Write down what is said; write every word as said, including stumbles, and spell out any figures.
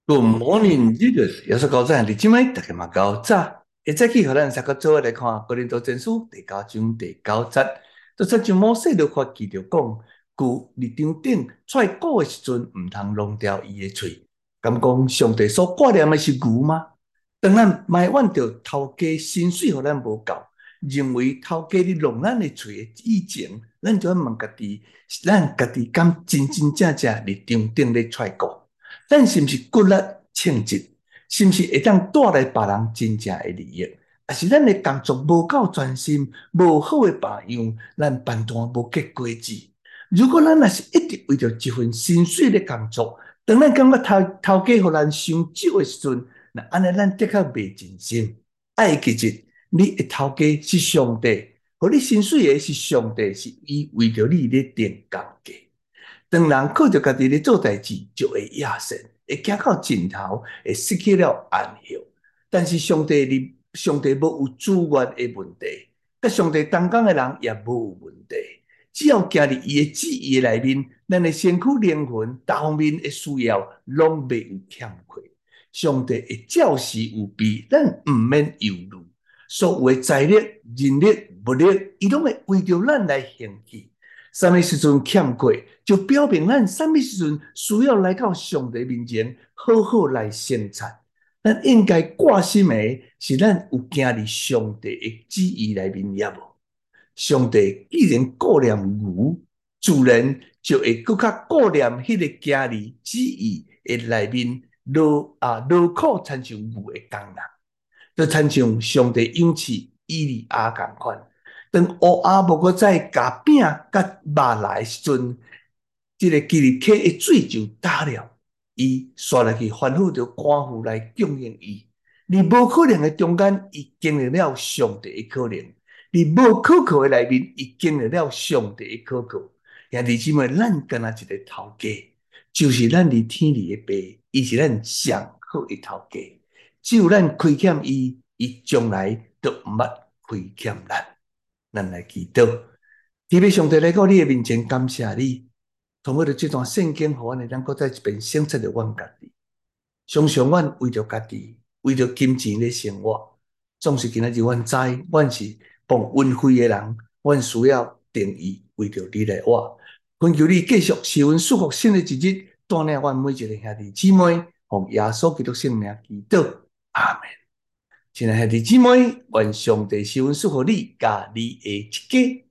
Good morning，这个耶稣高赞，你今麦大家嘛高早，一早起，互咱三个做来看《哥林多前书》第九章第九节。这这章摩西就发记着讲，故立场顶踹鼓的时阵，毋通弄掉伊的喙。咁讲，上帝所挂念的是牛吗？当咱埋怨着头家薪水互咱无够，认为头家咧弄咱的喙的以前，咱就要问家己，咱家己敢真真正正立场顶咧踹鼓？咱是毋是骨力称职？是毋是会当带来别人真正的利益？还是咱的工作无够专心，无好的榜样，咱办单无结果子？如果咱若是一直为着一份薪水的工作，当咱感觉头头家互咱伤少的时阵，那安尼咱的确袂真心。爱记住，你的头家是上帝，互你薪水的是上帝，是伊为着你咧定工价。当人靠着家己咧做代志，就会亚神，会行到尽头，会失去了安息。但是上帝你上帝无有资源的问题，甲上帝同工的人也无有问题。只要行入伊的旨意内面，咱的身躯、灵魂、各方面的需要，拢袂有欠缺。上帝会照实有备，咱毋免忧虑。所有的财力、人力、物力，伊拢会为着咱来兴起。什么时阵欠缺，就表明咱什么时阵需要来到上帝面前，好好来生产。咱应该挂心的是，咱有行入上帝的旨意内面也无。上帝既然顾念牛，自然就会更加顾念迄个行入旨意的内面劳啊劳苦亲像牛的工人，就亲像上帝应许以利亚共款。当乌鸦无过再夹饼甲肉来时阵，这个基利克的水就打了，伊刷落去吩咐着官府来供应伊。你无可能的中间，伊经历了上帝的可能；你无可靠的内面，伊经历了上帝的可靠。兄弟姊妹，咱干那一个头家，就是咱伫天里的爸，伊是咱上好的头家。只有咱亏欠伊，伊将来就毋捌亏欠咱。咱来祈祷，特别上帝来到你的面前，感谢你，通过着这段圣经，互阮会当搁在一边省察着阮家己。常常阮为着家己，为着金钱咧生活，总是今仔日阮知，阮是帮运费的人，阮需要定义为着你来活。恳求你继续赐阮祝福新的一日，带领阮每一个兄弟姊妹，奉耶稣基督圣名祈祷，阿门。亲爱的兄弟姊妹，愿上帝赐阮祝福你，甲你的一家。